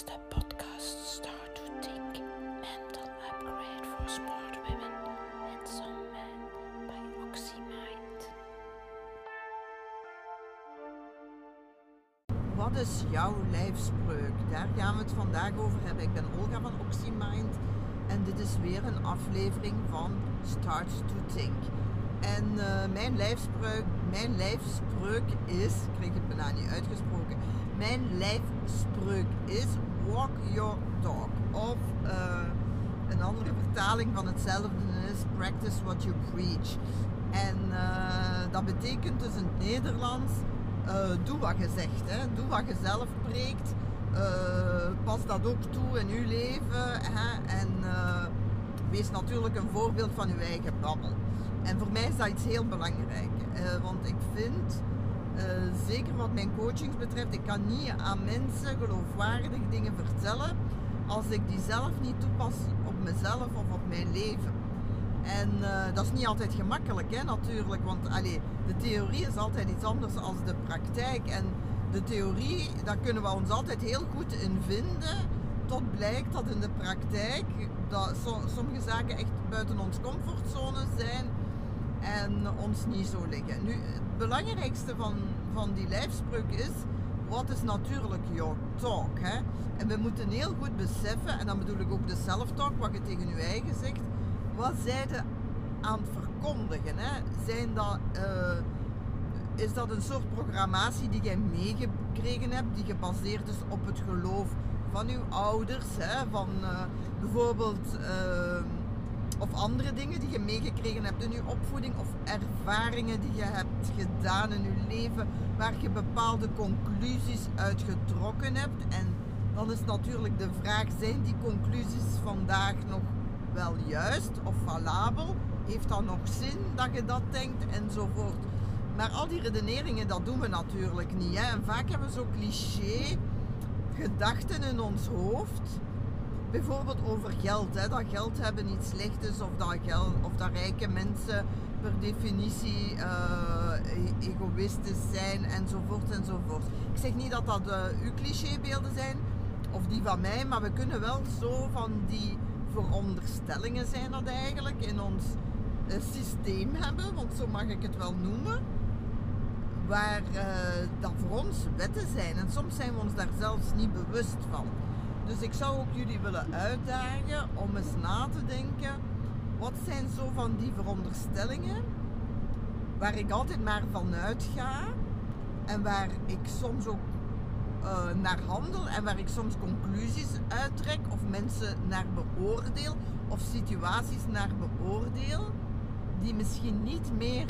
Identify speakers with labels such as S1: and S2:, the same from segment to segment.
S1: is de podcast Start to Think, Mental Upgrade for Smart Women and Some Men by OxyMind.
S2: Wat is jouw lijfspreuk? Daar gaan we het vandaag over hebben. Ik ben Olga van OxyMind en dit is weer een aflevering van Start to Think. En mijn lijfspreuk is, ik kreeg het bijna niet uitgesproken, mijn lijfspreuk is walk your talk. Of een andere vertaling van hetzelfde is practice what you preach. En dat betekent dus in het Nederlands, doe wat je zegt, hè. Doe wat je zelf preekt. Pas dat ook toe in uw leven. Hè. En wees natuurlijk een voorbeeld van uw eigen babbel. En voor mij is dat iets heel belangrijk. Want ik vind, zeker wat mijn coachings betreft, ik kan niet aan mensen geloofwaardig dingen vertellen als ik die zelf niet toepas op mezelf of op mijn leven. En dat is niet altijd gemakkelijk, hè, natuurlijk, want de theorie is altijd iets anders dan de praktijk. En de theorie, daar kunnen we ons altijd heel goed in vinden, tot blijkt dat in de praktijk dat sommige zaken echt buiten ons comfortzone zijn en ons niet zo liggen. Nu, het belangrijkste van die lijfspreuk is, wat is natuurlijk your talk, hè? En we moeten heel goed beseffen, en dan bedoel ik ook de self-talk, wat je tegen je eigen zegt, wat zij je aan het verkondigen, hè? Is dat een soort programmatie die jij meegekregen hebt, die gebaseerd is op het geloof van uw ouders, hè? Van bijvoorbeeld of andere dingen die je meegekregen hebt in je opvoeding, of ervaringen die je hebt gedaan in je leven, waar je bepaalde conclusies uit getrokken hebt. En dan is natuurlijk de vraag, zijn die conclusies vandaag nog wel juist of valabel? Heeft dat nog zin dat je dat denkt? Enzovoort. Maar al die redeneringen, dat doen we natuurlijk niet, hè? En vaak hebben we zo cliché gedachten in ons hoofd. Bijvoorbeeld over geld, hè? Dat geld hebben iets slecht is, of dat rijke mensen per definitie egoïstisch zijn, enzovoort enzovoort. Ik zeg niet dat dat uw clichébeelden zijn, of die van mij, maar we kunnen wel zo van die veronderstellingen zijn dat eigenlijk in ons systeem hebben, want zo mag ik het wel noemen, waar dat voor ons wetten zijn. En soms zijn we ons daar zelfs niet bewust van. Dus ik zou ook jullie willen uitdagen om eens na te denken, wat zijn zo van die veronderstellingen waar ik altijd maar vanuit ga en waar ik soms ook naar handel en waar ik soms conclusies uittrek of mensen naar beoordeel of situaties naar beoordeel die misschien niet meer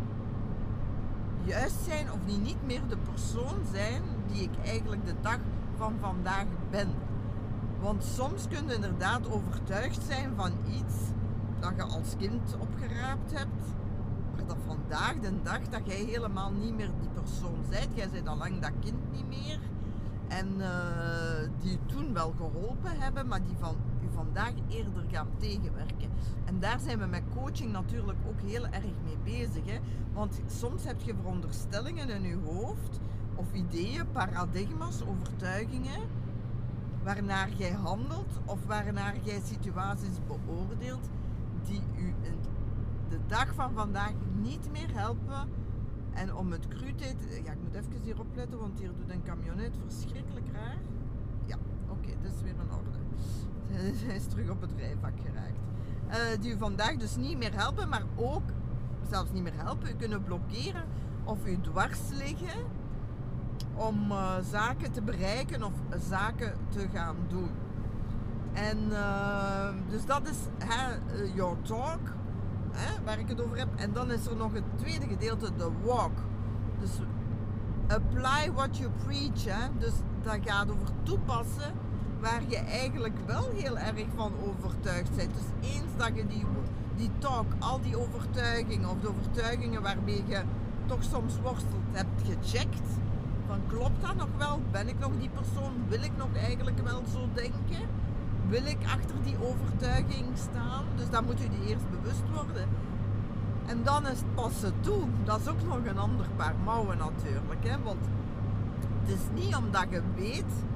S2: juist zijn of die niet meer de persoon zijn die ik eigenlijk de dag van vandaag ben. Want soms kun je inderdaad overtuigd zijn van iets dat je als kind opgeraapt hebt, maar dat vandaag de dag dat jij helemaal niet meer die persoon bent. Jij bent al lang dat kind niet meer. En die je toen wel geholpen hebben, maar die van u vandaag eerder gaan tegenwerken. En daar zijn we met coaching natuurlijk ook heel erg mee bezig. Hè? Want soms heb je veronderstellingen in je hoofd, of ideeën, paradigma's, overtuigingen, waarnaar jij handelt of waarnaar jij situaties beoordeelt die u in de dag van vandaag niet meer helpen. En om het cru te... Ja, ik moet even hier opletten, want hier doet een camionet verschrikkelijk raar. Ja, oké, dat is weer in orde. Hij is terug op het rijvak geraakt. Die u vandaag dus niet meer helpen, maar ook zelfs niet meer helpen. U kunnen blokkeren of u dwars liggen om zaken te bereiken of zaken te gaan doen. En dus dat is your talk, waar ik het over heb. En dan is er nog het tweede gedeelte, de walk. Dus apply what you preach. Hè? Dus dat gaat over toepassen waar je eigenlijk wel heel erg van overtuigd bent. Dus eens dat je die talk, al die overtuigingen of de overtuigingen waarmee je toch soms worstelt hebt gecheckt, van klopt dat nog wel? Ben ik nog die persoon? Wil ik nog eigenlijk wel zo denken? Wil ik achter die overtuiging staan? Dus dan moet u die eerst bewust worden. En dan is het passen toe. Dat is ook nog een ander paar mouwen natuurlijk. Hè? Want het is niet omdat je weet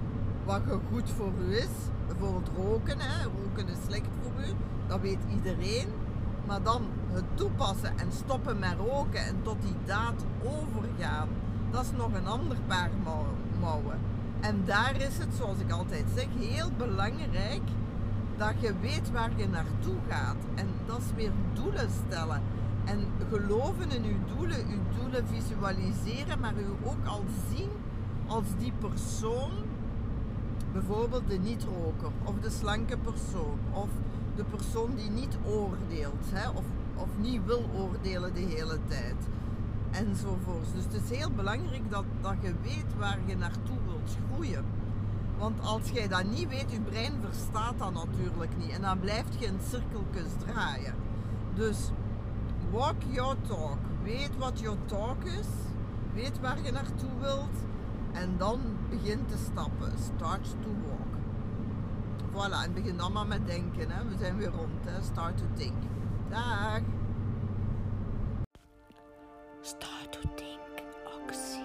S2: wat goed voor u is. Bijvoorbeeld roken, hè. Roken is slecht voor u, dat weet iedereen. Maar dan het toepassen en stoppen met roken en tot die daad overgaan, dat is nog een ander paar mouwen. En daar is het, zoals ik altijd zeg, heel belangrijk dat je weet waar je naartoe gaat. En dat is weer doelen stellen. En geloven in uw doelen visualiseren, maar u ook al zien als die persoon, bijvoorbeeld de niet-roker of de slanke persoon of de persoon die niet oordeelt, hè, of niet wil oordelen de hele tijd enzovoorts. Dus het is heel belangrijk dat je weet waar je naartoe wilt groeien. Want als jij dat niet weet, je brein verstaat dat natuurlijk niet en dan blijft je in cirkeltjes draaien. Dus walk your talk. Weet wat your talk is, weet waar je naartoe wilt en dan begin te stappen. Start to walk. Voilà, en begin dan maar met denken. Hè. We zijn weer rond. Hè. Start to think. Dag.
S1: Start to think, Oxy.